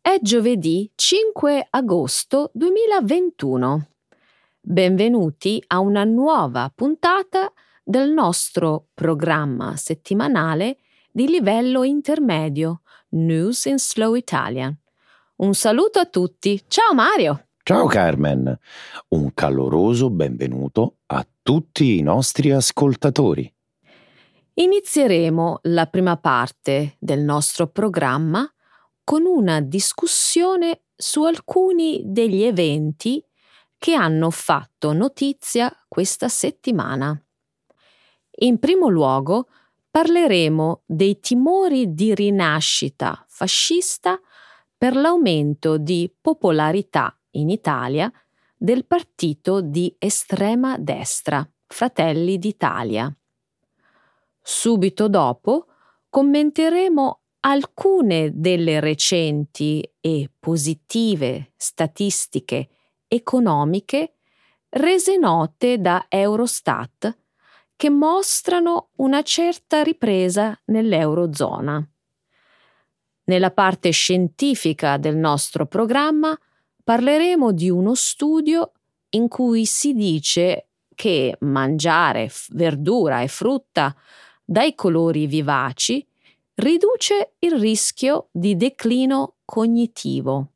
È giovedì 5 agosto 2021. Benvenuti a una nuova puntata del nostro programma settimanale di livello intermedio News in Slow Italian. Un saluto a tutti. Ciao Mario! Ciao Carmen, un caloroso benvenuto a tutti i nostri ascoltatori. Inizieremo la prima parte del nostro programma con una discussione su alcuni degli eventi che hanno fatto notizia questa settimana. In primo luogo parleremo dei timori di rinascita fascista per l'aumento di popolarità in Italia del partito di estrema destra, Fratelli d'Italia. Subito dopo commenteremo alcune delle recenti e positive statistiche economiche rese note da Eurostat che mostrano una certa ripresa nell'Eurozona. Nella parte scientifica del nostro programma parleremo di uno studio in cui si dice che mangiare verdura e frutta dai colori vivaci riduce il rischio di declino cognitivo.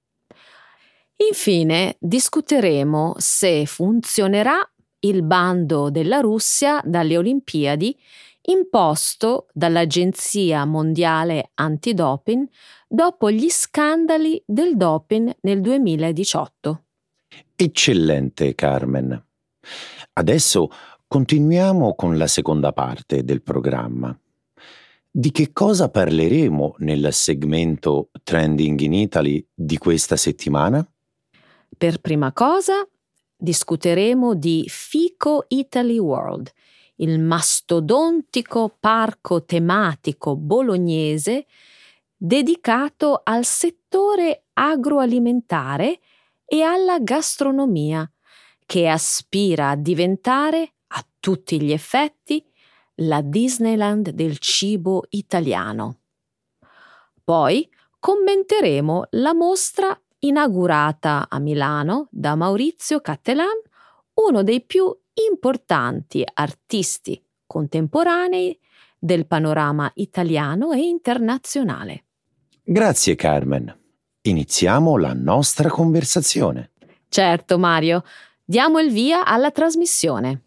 Infine discuteremo se funzionerà il bando della Russia dalle Olimpiadi imposto dall'Agenzia Mondiale Antidoping dopo gli scandali del doping nel 2018. Eccellente Carmen. Adesso continuiamo con la seconda parte del programma. Di che cosa parleremo nel segmento Trending in Italy di questa settimana? Per prima cosa discuteremo di Fico Italy World, il mastodontico parco tematico bolognese dedicato al settore agroalimentare e alla gastronomia, che aspira a diventare, a tutti gli effetti, la Disneyland del cibo italiano. Poi commenteremo la mostra inaugurata a Milano da Maurizio Cattelan, uno dei più importanti artisti contemporanei del panorama italiano e internazionale. Grazie Carmen. Iniziamo la nostra conversazione. Certo Mario, diamo il via alla trasmissione.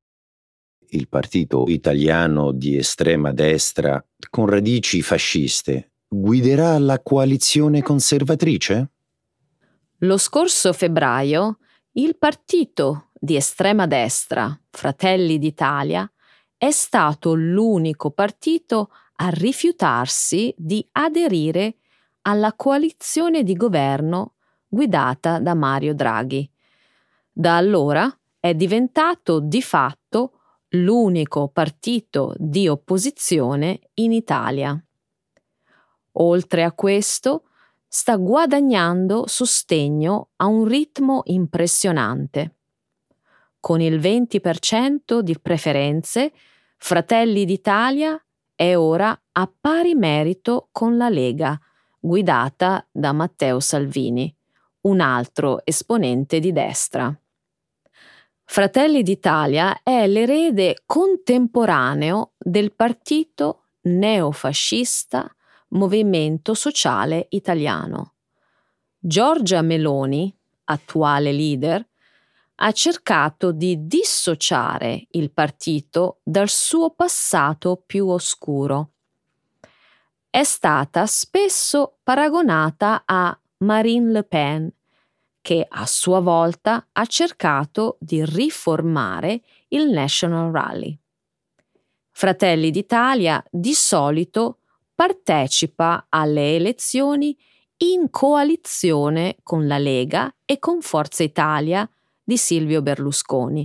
Il partito italiano di estrema destra con radici fasciste guiderà la coalizione conservatrice? Lo scorso febbraio il partito di estrema destra, Fratelli d'Italia, è stato l'unico partito a rifiutarsi di aderire alla coalizione di governo guidata da Mario Draghi. Da allora è diventato di fatto l'unico partito di opposizione in Italia. Oltre a questo, sta guadagnando sostegno a un ritmo impressionante. Con il 20% di preferenze, Fratelli d'Italia è ora a pari merito con la Lega, guidata da Matteo Salvini, un altro esponente di destra. Fratelli d'Italia è l'erede contemporaneo del partito neofascista Movimento Sociale Italiano. Giorgia Meloni, attuale leader, ha cercato di dissociare il partito dal suo passato più oscuro. È stata spesso paragonata a Marine Le Pen, che a sua volta ha cercato di riformare il National Rally. Fratelli d'Italia di solito partecipa alle elezioni in coalizione con la Lega e con Forza Italia di Silvio Berlusconi.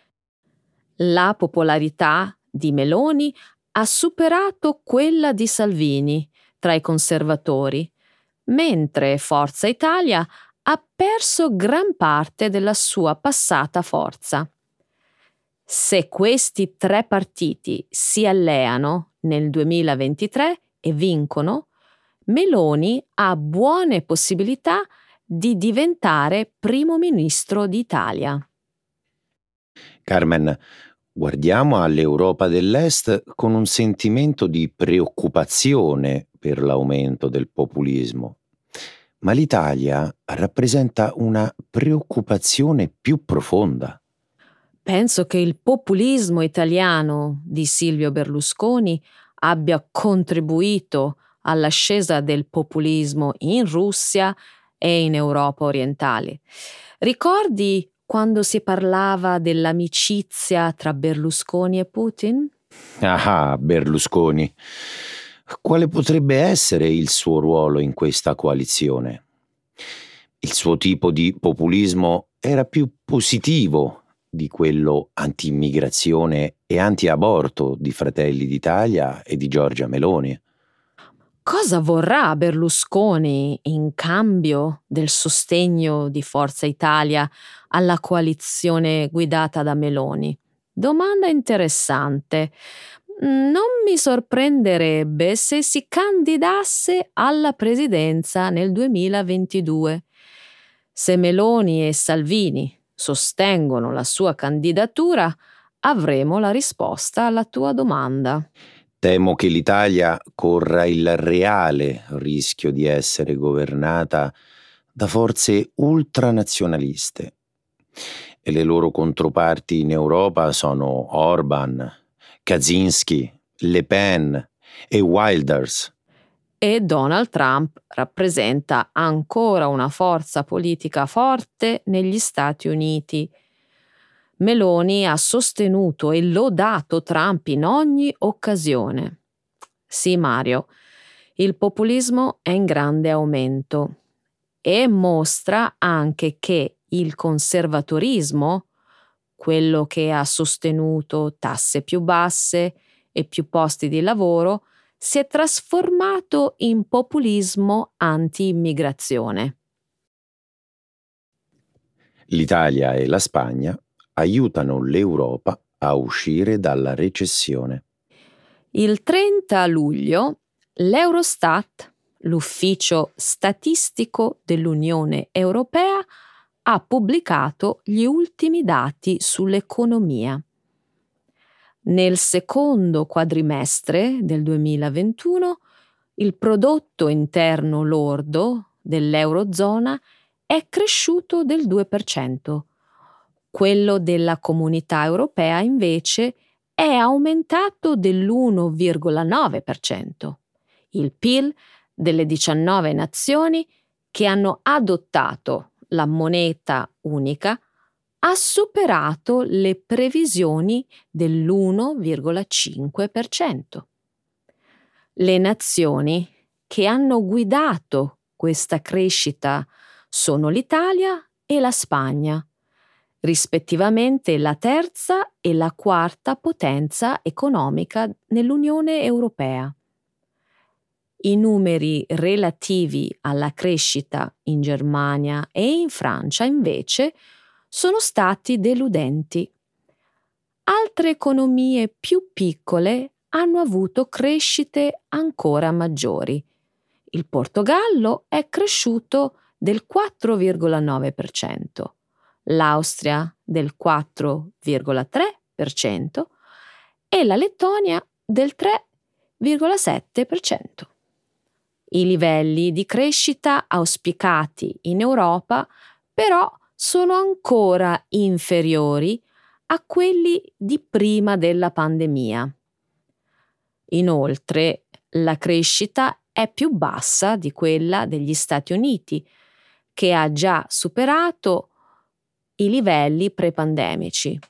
La popolarità di Meloni ha superato quella di Salvini tra i conservatori, mentre Forza Italia ha perso gran parte della sua passata forza. Se questi tre partiti si alleano nel 2023 e vincono, Meloni ha buone possibilità di diventare primo ministro d'Italia. Carmen, guardiamo all'Europa dell'Est con un sentimento di preoccupazione per l'aumento del populismo. Ma l'Italia rappresenta una preoccupazione più profonda. Penso che il populismo italiano di Silvio Berlusconi abbia contribuito all'ascesa del populismo in Russia e in Europa orientale. Ricordi quando si parlava dell'amicizia tra Berlusconi e Putin? Ah, Berlusconi. Quale potrebbe essere il suo ruolo in questa coalizione? Il suo tipo di populismo era più positivo di quello anti-immigrazione e anti-aborto di Fratelli d'Italia e di Giorgia Meloni. Cosa vorrà Berlusconi in cambio del sostegno di Forza Italia alla coalizione guidata da Meloni? Domanda interessante. Non mi sorprenderebbe se si candidasse alla presidenza nel 2022. Se Meloni e Salvini sostengono la sua candidatura, avremo la risposta alla tua domanda. Temo che l'Italia corra il reale rischio di essere governata da forze ultranazionaliste e le loro controparti in Europa sono Orban, Kaczynski, Le Pen e Wilders. E Donald Trump rappresenta ancora una forza politica forte negli Stati Uniti. Meloni ha sostenuto e lodato Trump in ogni occasione. Sì, Mario, il populismo è in grande aumento e mostra anche che il conservatorismo, quello che ha sostenuto tasse più basse e più posti di lavoro, si è trasformato in populismo anti-immigrazione. L'Italia e la Spagna aiutano l'Europa a uscire dalla recessione. Il 30 luglio l'Eurostat, l'ufficio statistico dell'Unione Europea, ha pubblicato gli ultimi dati sull'economia. Nel secondo quadrimestre del 2021 il prodotto interno lordo dell'Eurozona è cresciuto del 2%. Quello della Comunità Europea invece è aumentato dell'1,9%. Il PIL delle 19 nazioni che hanno adottato la moneta unica ha superato le previsioni dell'1,5%. Le nazioni che hanno guidato questa crescita sono l'Italia e la Spagna, rispettivamente la terza e la quarta potenza economica nell'Unione Europea. I numeri relativi alla crescita in Germania e in Francia, invece, sono stati deludenti. Altre economie più piccole hanno avuto crescite ancora maggiori. Il Portogallo è cresciuto del 4,9%, l'Austria del 4,3% e la Lettonia del 3,7%. I livelli di crescita auspicati in Europa però sono ancora inferiori a quelli di prima della pandemia. Inoltre, la crescita è più bassa di quella degli Stati Uniti, che ha già superato i livelli prepandemici.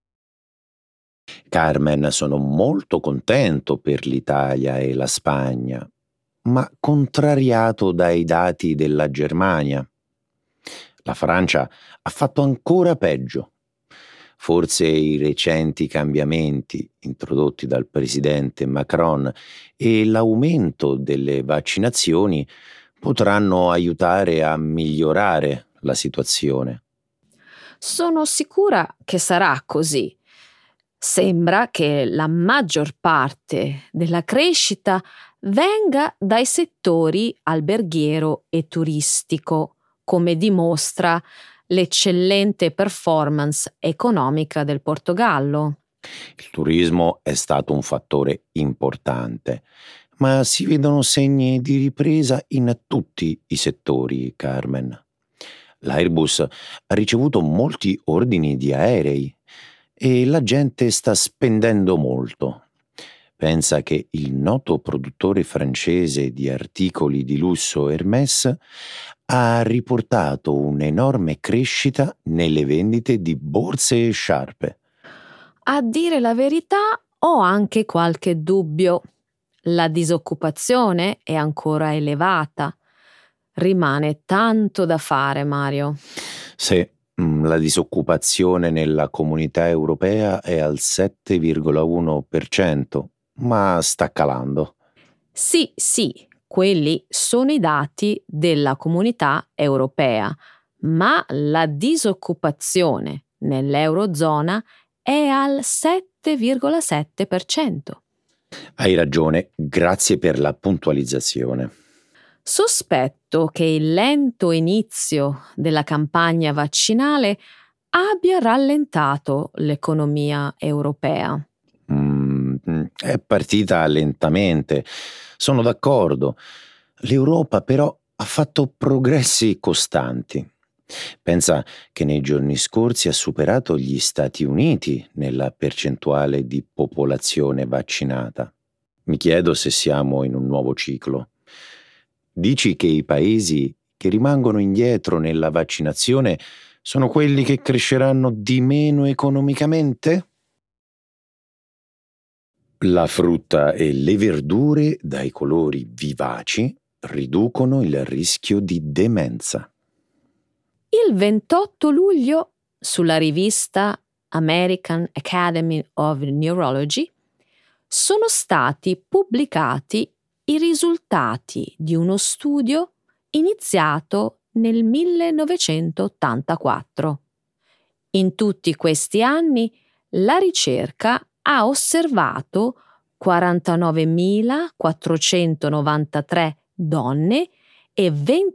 Carmen, sono molto contento per l'Italia e la Spagna, ma contrariato dai dati della Germania. La Francia ha fatto ancora peggio. Forse i recenti cambiamenti introdotti dal presidente Macron e l'aumento delle vaccinazioni potranno aiutare a migliorare la situazione. Sono sicura che sarà così. Sembra che la maggior parte della crescita venga dai settori alberghiero e turistico, come dimostra l'eccellente performance economica del Portogallo. Il turismo è stato un fattore importante, ma si vedono segni di ripresa in tutti i settori, Carmen. L'Airbus ha ricevuto molti ordini di aerei e la gente sta spendendo molto. Pensa che il noto produttore francese di articoli di lusso Hermès ha riportato un'enorme crescita nelle vendite di borse e sciarpe. A dire la verità, ho anche qualche dubbio. La disoccupazione è ancora elevata. Rimane tanto da fare, Mario. Se la disoccupazione nella comunità europea è al 7,1%, ma sta calando. Sì, quelli sono i dati della comunità europea, ma la disoccupazione nell'Eurozona è al 7,7%. Hai ragione, grazie per la puntualizzazione. Sospetto che il lento inizio della campagna vaccinale abbia rallentato l'economia europea. È partita lentamente, sono d'accordo. L'Europa però ha fatto progressi costanti. Pensa che nei giorni scorsi ha superato gli Stati Uniti nella percentuale di popolazione vaccinata. Mi chiedo se siamo in un nuovo ciclo. Dici che i paesi che rimangono indietro nella vaccinazione sono quelli che cresceranno di meno economicamente? La frutta e le verdure dai colori vivaci riducono il rischio di demenza. Il 28 luglio, sulla rivista American Academy of Neurology, sono stati pubblicati i risultati di uno studio iniziato nel 1984. In tutti questi anni la ricerca ha osservato 49.493 donne e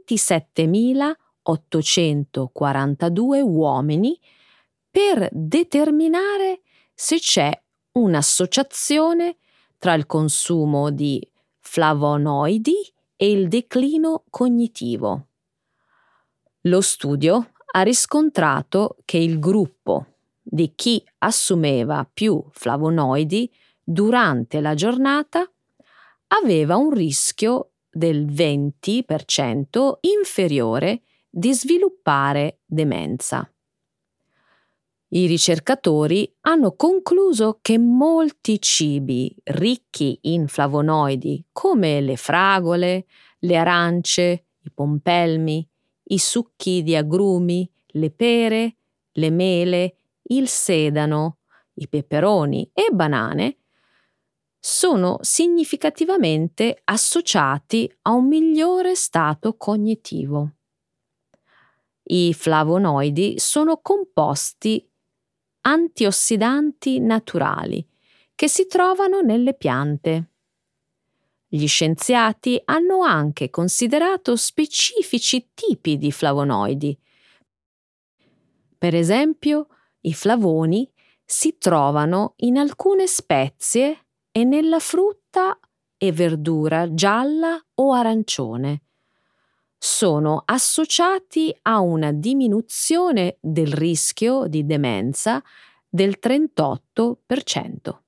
27.842 uomini per determinare se c'è un'associazione tra il consumo di flavonoidi e il declino cognitivo. Lo studio ha riscontrato che il gruppo di chi assumeva più flavonoidi durante la giornata aveva un rischio del 20% inferiore di sviluppare demenza. I ricercatori hanno concluso che molti cibi ricchi in flavonoidi, come le fragole, le arance, i pompelmi, i succhi di agrumi, le pere, le mele, il sedano, i peperoni e banane, sono significativamente associati a un migliore stato cognitivo. I flavonoidi sono composti antiossidanti naturali che si trovano nelle piante. Gli scienziati hanno anche considerato specifici tipi di flavonoidi. Per esempio, i flavoni si trovano in alcune spezie e nella frutta e verdura gialla o arancione. Sono associati a una diminuzione del rischio di demenza del 38%.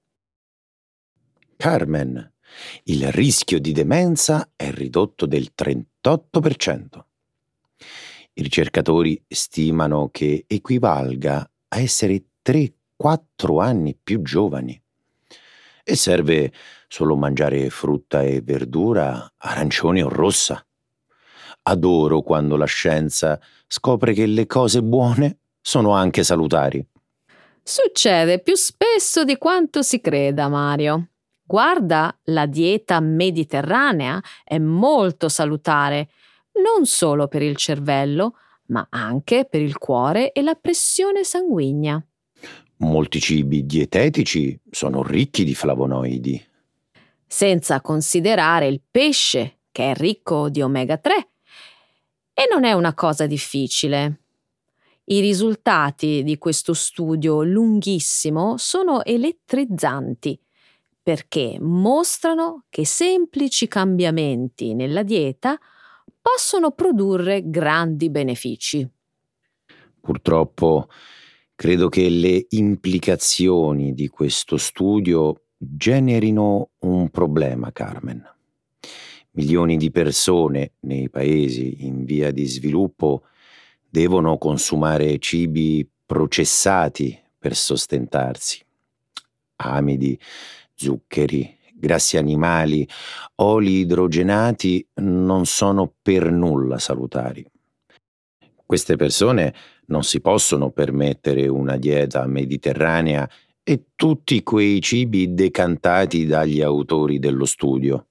Carmen, il rischio di demenza è ridotto del 38%. I ricercatori stimano che equivalga a essere 3-4 anni più giovani. E serve solo mangiare frutta e verdura, arancioni o rossa. Adoro quando la scienza scopre che le cose buone sono anche salutari. Succede più spesso di quanto si creda, Mario. Guarda, la dieta mediterranea è molto salutare, non solo per il cervello, ma anche per il cuore e la pressione sanguigna. Molti cibi dietetici sono ricchi di flavonoidi. senza considerare il pesce, che è ricco di omega 3. E non è una cosa difficile. I risultati di questo studio lunghissimo sono elettrizzanti perché mostrano che semplici cambiamenti nella dieta possono produrre grandi benefici. Purtroppo credo che le implicazioni di questo studio generino un problema, Carmen. Milioni di persone nei paesi in via di sviluppo devono consumare cibi processati per sostentarsi. Amidi, zuccheri, grassi animali, oli idrogenati non sono per nulla salutari. Queste persone non si possono permettere una dieta mediterranea e tutti quei cibi decantati dagli autori dello studio.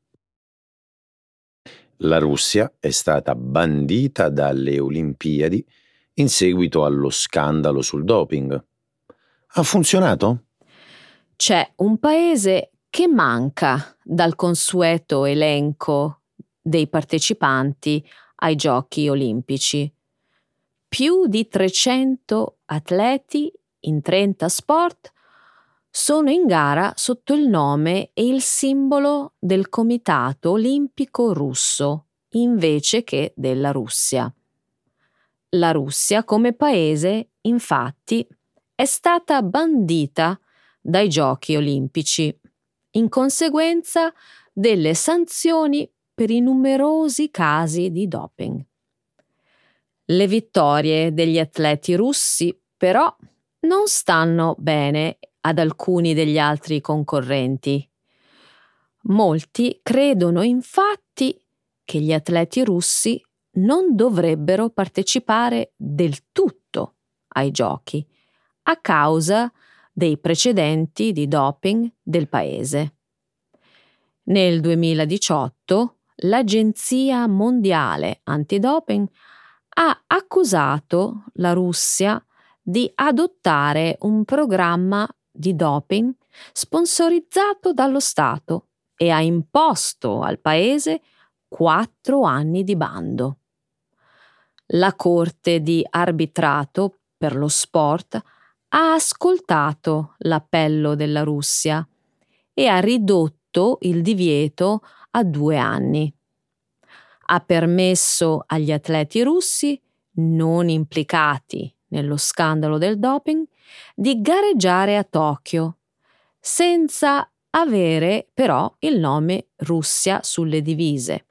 La Russia è stata bandita dalle Olimpiadi in seguito allo scandalo sul doping. Ha funzionato? C'è un paese che manca dal consueto elenco dei partecipanti ai Giochi olimpici. Più di 300 atleti in 30 sport sono in gara sotto il nome e il simbolo del Comitato Olimpico Russo, invece che della Russia. La Russia come paese, infatti, è stata bandita dai Giochi olimpici, in conseguenza delle sanzioni per i numerosi casi di doping. Le vittorie degli atleti russi, però, non stanno bene ad alcuni degli altri concorrenti. Molti credono infatti che gli atleti russi non dovrebbero partecipare del tutto ai giochi a causa dei precedenti di doping del paese. Nel 2018 l'Agenzia Mondiale Antidoping ha accusato la Russia di adottare un programma di doping sponsorizzato dallo Stato e ha imposto al paese 4 anni di bando. La Corte di arbitrato per lo sport ha ascoltato l'appello della Russia e ha ridotto il divieto a 2 anni. Ha permesso agli atleti russi non implicati nello scandalo del doping di gareggiare a Tokyo, senza avere però il nome Russia sulle divise.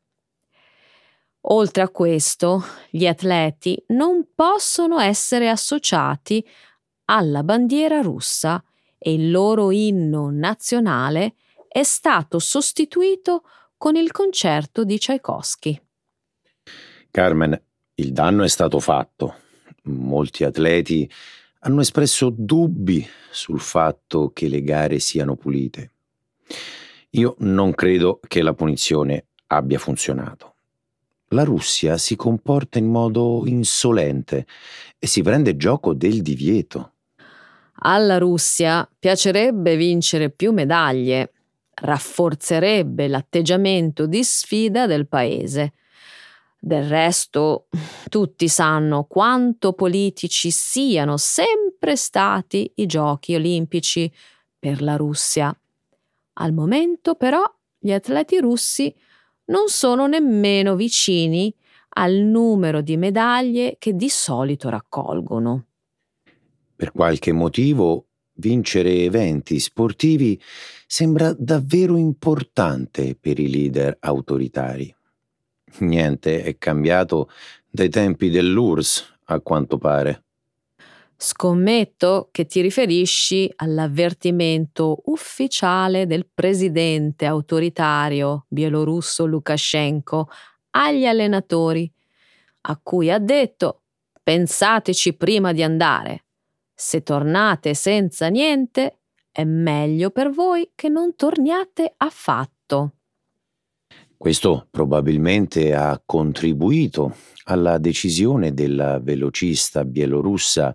Oltre a questo, gli atleti non possono essere associati alla bandiera russa e il loro inno nazionale è stato sostituito con il concerto di Tchaikovsky. Carmen, il danno è stato fatto. Molti atleti hanno espresso dubbi sul fatto che le gare siano pulite. Io non credo che la punizione abbia funzionato. La Russia si comporta in modo insolente e si prende gioco del divieto. Alla Russia piacerebbe vincere più medaglie, rafforzerebbe l'atteggiamento di sfida del paese. Del resto, tutti sanno quanto politici siano sempre stati i Giochi olimpici per la Russia. Al momento, però, gli atleti russi non sono nemmeno vicini al numero di medaglie che di solito raccolgono. Per qualche motivo, vincere eventi sportivi sembra davvero importante per i leader autoritari. Niente è cambiato dai tempi dell'URSS, a quanto pare. Scommetto che ti riferisci all'avvertimento ufficiale del presidente autoritario bielorusso Lukashenko agli allenatori, a cui ha detto: pensateci prima di andare. Se tornate senza niente, è meglio per voi che non torniate affatto. Questo probabilmente ha contribuito alla decisione della velocista bielorussa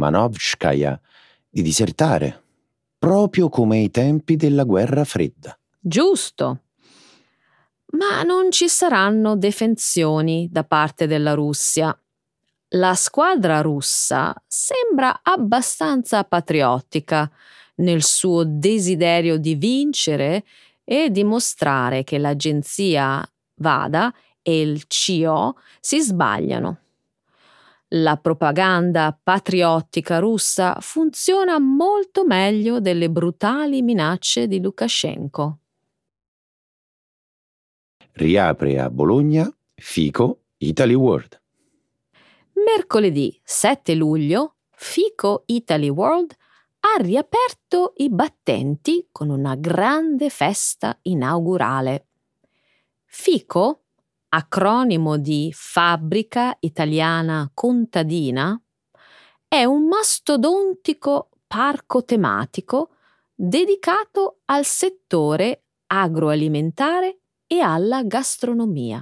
Timanovskaya di disertare, proprio come ai tempi della guerra fredda. Giusto. Ma non ci saranno defensioni da parte della Russia. La squadra russa sembra abbastanza patriottica nel suo desiderio di vincere e dimostrare che l'agenzia VADA e il CIO si sbagliano. La propaganda patriottica russa funziona molto meglio delle brutali minacce di Lukashenko. Riapre a Bologna Fico Italy World. Mercoledì 7 luglio, Fico Italy World ha riaperto i battenti con una grande festa inaugurale. Fico, acronimo di Fabbrica Italiana Contadina, è un mastodontico parco tematico dedicato al settore agroalimentare e alla gastronomia.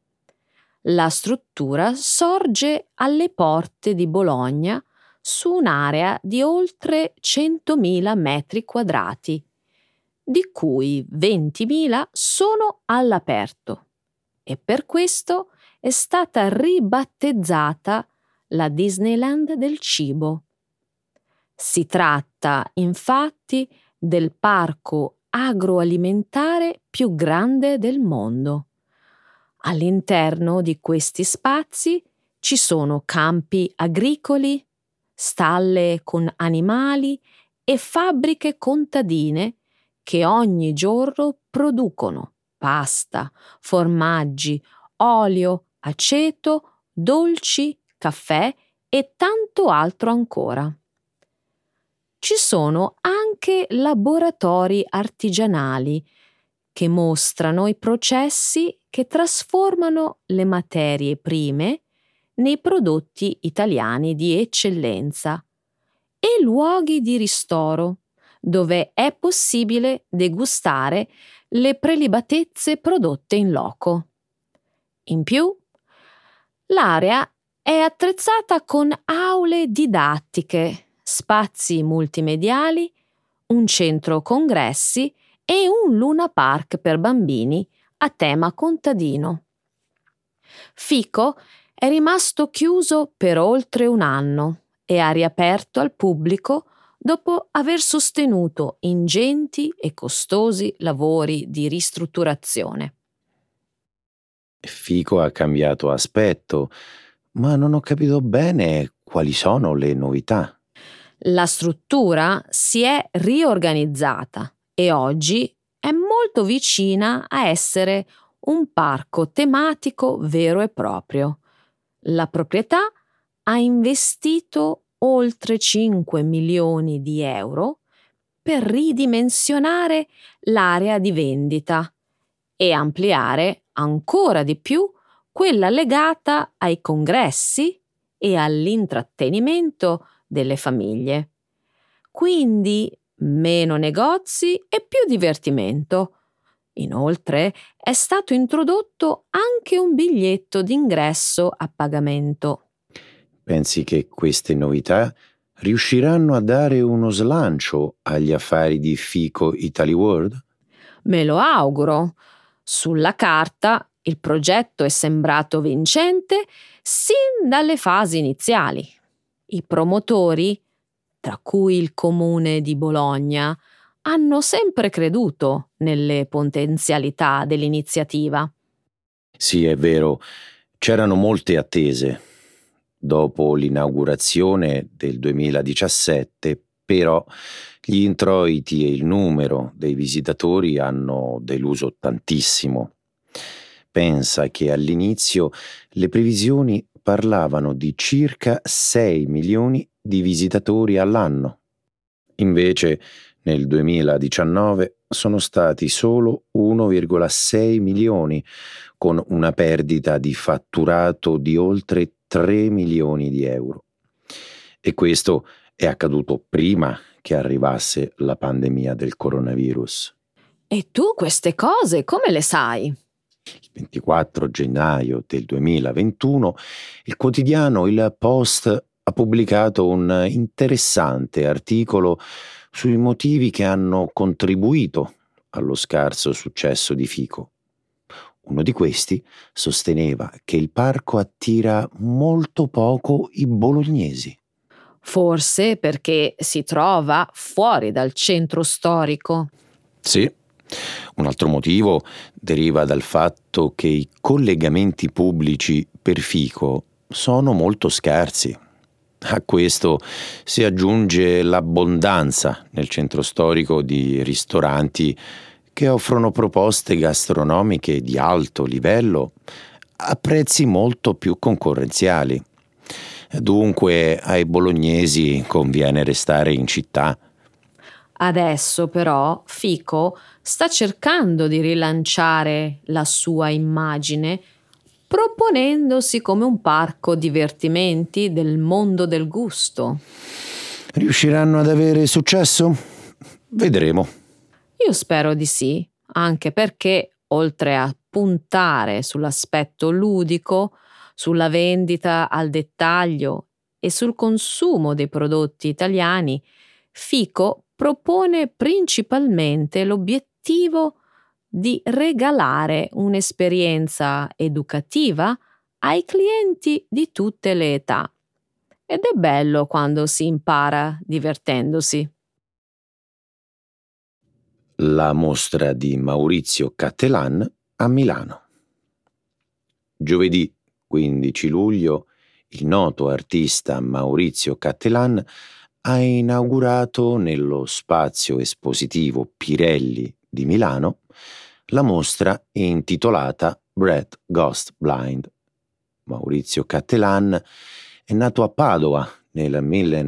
La struttura sorge alle porte di Bologna su un'area di oltre 100.000 metri quadrati, di cui 20.000 sono all'aperto, e per questo è stata ribattezzata la Disneyland del cibo. Si tratta, infatti, del parco agroalimentare più grande del mondo. All'interno di questi spazi ci sono campi agricoli, stalle con animali e fabbriche contadine che ogni giorno producono pasta, formaggi, olio, aceto, dolci, caffè e tanto altro ancora. Ci sono anche laboratori artigianali che mostrano i processi che trasformano le materie prime nei prodotti italiani di eccellenza e luoghi di ristoro dove è possibile degustare le prelibatezze prodotte in loco. In più, l'area è attrezzata con aule didattiche, spazi multimediali, un centro congressi e un Luna Park per bambini a tema contadino. Fico è rimasto chiuso per oltre un anno e ha riaperto al pubblico dopo aver sostenuto ingenti e costosi lavori di ristrutturazione. Fico ha cambiato aspetto, ma non ho capito bene quali sono le novità. La struttura si è riorganizzata e oggi è molto vicina a essere un parco tematico vero e proprio. La proprietà ha investito oltre 5 milioni di euro per ridimensionare l'area di vendita e ampliare ancora di più quella legata ai congressi e all'intrattenimento delle famiglie. Quindi meno negozi e più divertimento. Inoltre è stato introdotto anche un biglietto d'ingresso a pagamento. Pensi che queste novità riusciranno a dare uno slancio agli affari di Fico Italy World? Me lo auguro. Sulla carta il progetto è sembrato vincente sin dalle fasi iniziali. I promotori, tra cui il Comune di Bologna, hanno sempre creduto nelle potenzialità dell'iniziativa. Sì, è vero, c'erano molte attese. Dopo l'inaugurazione del 2017, però, gli introiti e il numero dei visitatori hanno deluso tantissimo. Pensa che all'inizio le previsioni parlavano di circa 6 milioni di visitatori all'anno. Invece, nel 2019 sono stati solo 1,6 milioni, con una perdita di fatturato di oltre 3 milioni di euro. E questo è accaduto prima che arrivasse la pandemia del coronavirus. E tu queste cose come le sai? Il 24 gennaio del 2021 il quotidiano Il Post ha pubblicato un interessante articolo sui motivi che hanno contribuito allo scarso successo di Fico. Uno di questi sosteneva che il parco attira molto poco i bolognesi. Forse perché si trova fuori dal centro storico. Sì, un altro motivo deriva dal fatto che i collegamenti pubblici per Fico sono molto scarsi. A questo si aggiunge l'abbondanza nel centro storico di ristoranti che offrono proposte gastronomiche di alto livello a prezzi molto più concorrenziali. Dunque ai bolognesi conviene restare in città. Adesso però Fico sta cercando di rilanciare la sua immagine proponendosi come un parco divertimenti del mondo del gusto. Riusciranno ad avere successo? Vedremo. Io spero di sì, anche perché oltre a puntare sull'aspetto ludico, sulla vendita al dettaglio e sul consumo dei prodotti italiani, Fico propone principalmente l'obiettivo di regalare un'esperienza educativa ai clienti di tutte le età. Ed è bello quando si impara divertendosi. La mostra di Maurizio Cattelan a Milano. Giovedì 15 luglio il noto artista Maurizio Cattelan ha inaugurato nello spazio espositivo Pirelli di Milano la mostra intitolata Bret Goes Blind. Maurizio Cattelan è nato a Padova nel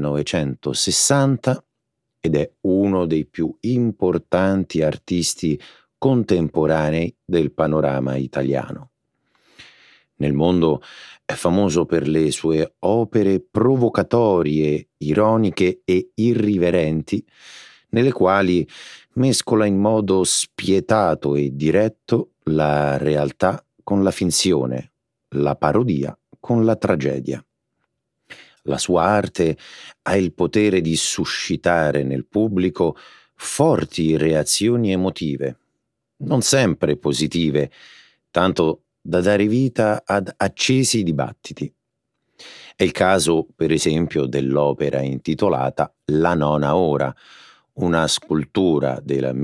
1960 ed è uno dei più importanti artisti contemporanei del panorama italiano. Nel mondo è famoso per le sue opere provocatorie, ironiche e irriverenti, nelle quali mescola in modo spietato e diretto la realtà con la finzione, la parodia con la tragedia. La sua arte ha il potere di suscitare nel pubblico forti reazioni emotive, non sempre positive, tanto da dare vita ad accesi dibattiti. È il caso, per esempio, dell'opera intitolata La nona ora, una scultura del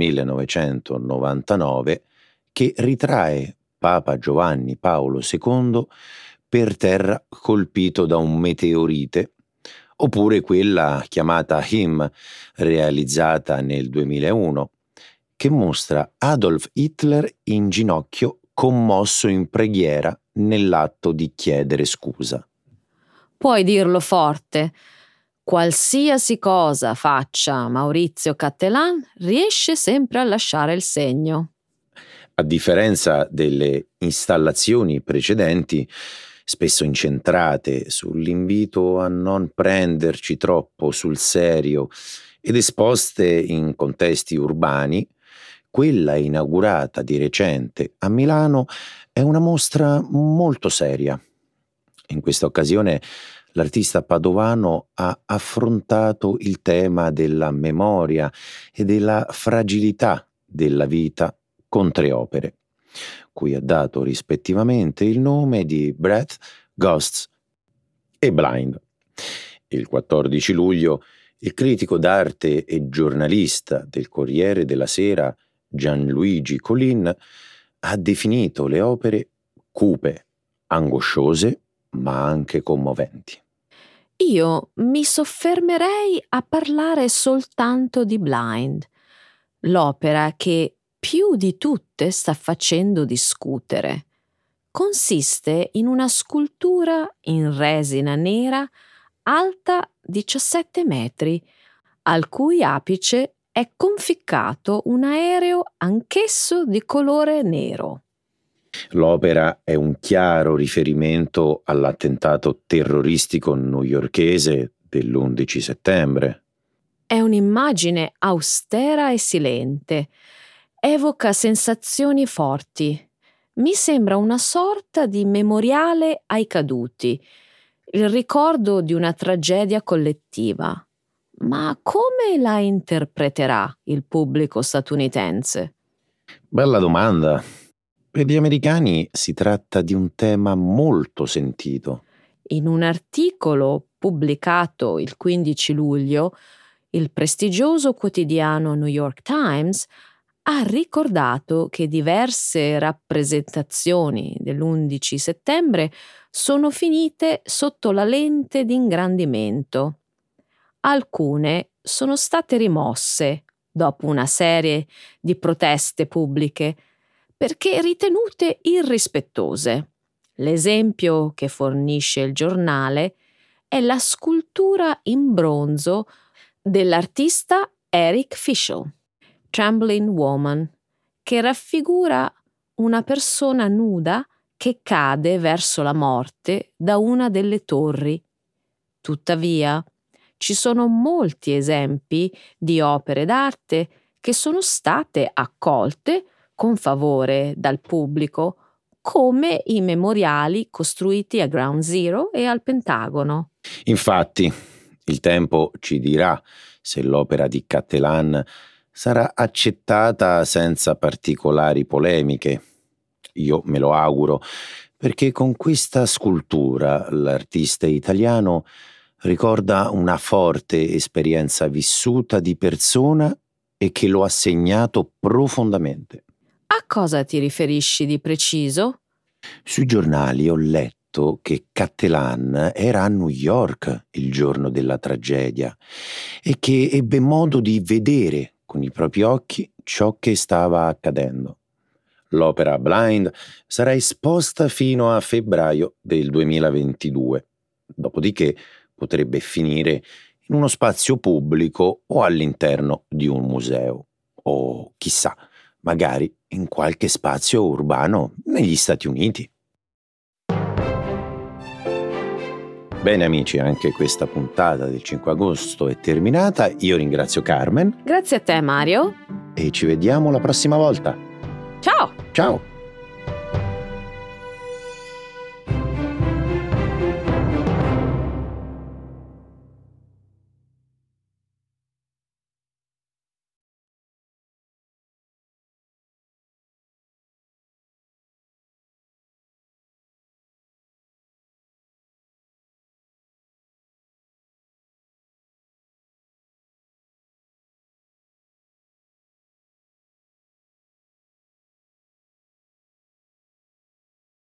1999 che ritrae Papa Giovanni Paolo II per terra colpito da un meteorite, oppure quella chiamata Him, realizzata nel 2001, che mostra Adolf Hitler in ginocchio commosso in preghiera nell'atto di chiedere scusa. Puoi dirlo forte. Qualsiasi cosa faccia Maurizio Cattelan riesce sempre a lasciare il segno. A differenza delle installazioni precedenti, spesso incentrate sull'invito a non prenderci troppo sul serio ed esposte in contesti urbani, quella inaugurata di recente a Milano è una mostra molto seria. In questa occasione l'artista padovano ha affrontato il tema della memoria e della fragilità della vita con 3 opere, cui ha dato rispettivamente il nome di Breath, Ghosts e Blind. Il 14 luglio il critico d'arte e giornalista del Corriere della Sera Gianluigi Colin ha definito le opere cupe, angosciose, ma anche commoventi. Io mi soffermerei a parlare soltanto di Blind, l'opera che più di tutte sta facendo discutere. Consiste in una scultura in resina nera alta 17 metri, al cui apice è conficcato un aereo anch'esso di colore nero. L'opera è un chiaro riferimento all'attentato terroristico newyorkese dell'11 settembre. È un'immagine austera e silente. Evoca sensazioni forti. Mi sembra una sorta di memoriale ai caduti, il ricordo di una tragedia collettiva. Ma come la interpreterà il pubblico statunitense? Bella domanda. Per gli americani si tratta di un tema molto sentito. In un articolo pubblicato il 15 luglio, il prestigioso quotidiano New York Times ha ricordato che diverse rappresentazioni dell'11 settembre sono finite sotto la lente di ingrandimento. Alcune sono state rimosse dopo una serie di proteste pubbliche perché ritenute irrispettose. L'esempio che fornisce il giornale è la scultura in bronzo dell'artista Eric Fischl, Trembling Woman, che raffigura una persona nuda che cade verso la morte da una delle torri. Tuttavia, ci sono molti esempi di opere d'arte che sono state accolte con favore dal pubblico, come i memoriali costruiti a Ground Zero e al Pentagono. Infatti, il tempo ci dirà se l'opera di Cattelan sarà accettata senza particolari polemiche. Io me lo auguro, perché con questa scultura l'artista italiano ricorda una forte esperienza vissuta di persona e che lo ha segnato profondamente. A cosa ti riferisci di preciso? Sui giornali ho letto che Cattelan era a New York il giorno della tragedia e che ebbe modo di vedere con i propri occhi ciò che stava accadendo. L'opera Blind sarà esposta fino a febbraio del 2022, dopodiché potrebbe finire in uno spazio pubblico o all'interno di un museo, o chissà, magari in qualche spazio urbano negli Stati Uniti. Bene amici, anche questa puntata del 5 agosto è terminata. Io ringrazio Carmen. Grazie a te, Mario. E ci vediamo la prossima volta. Ciao! Ciao!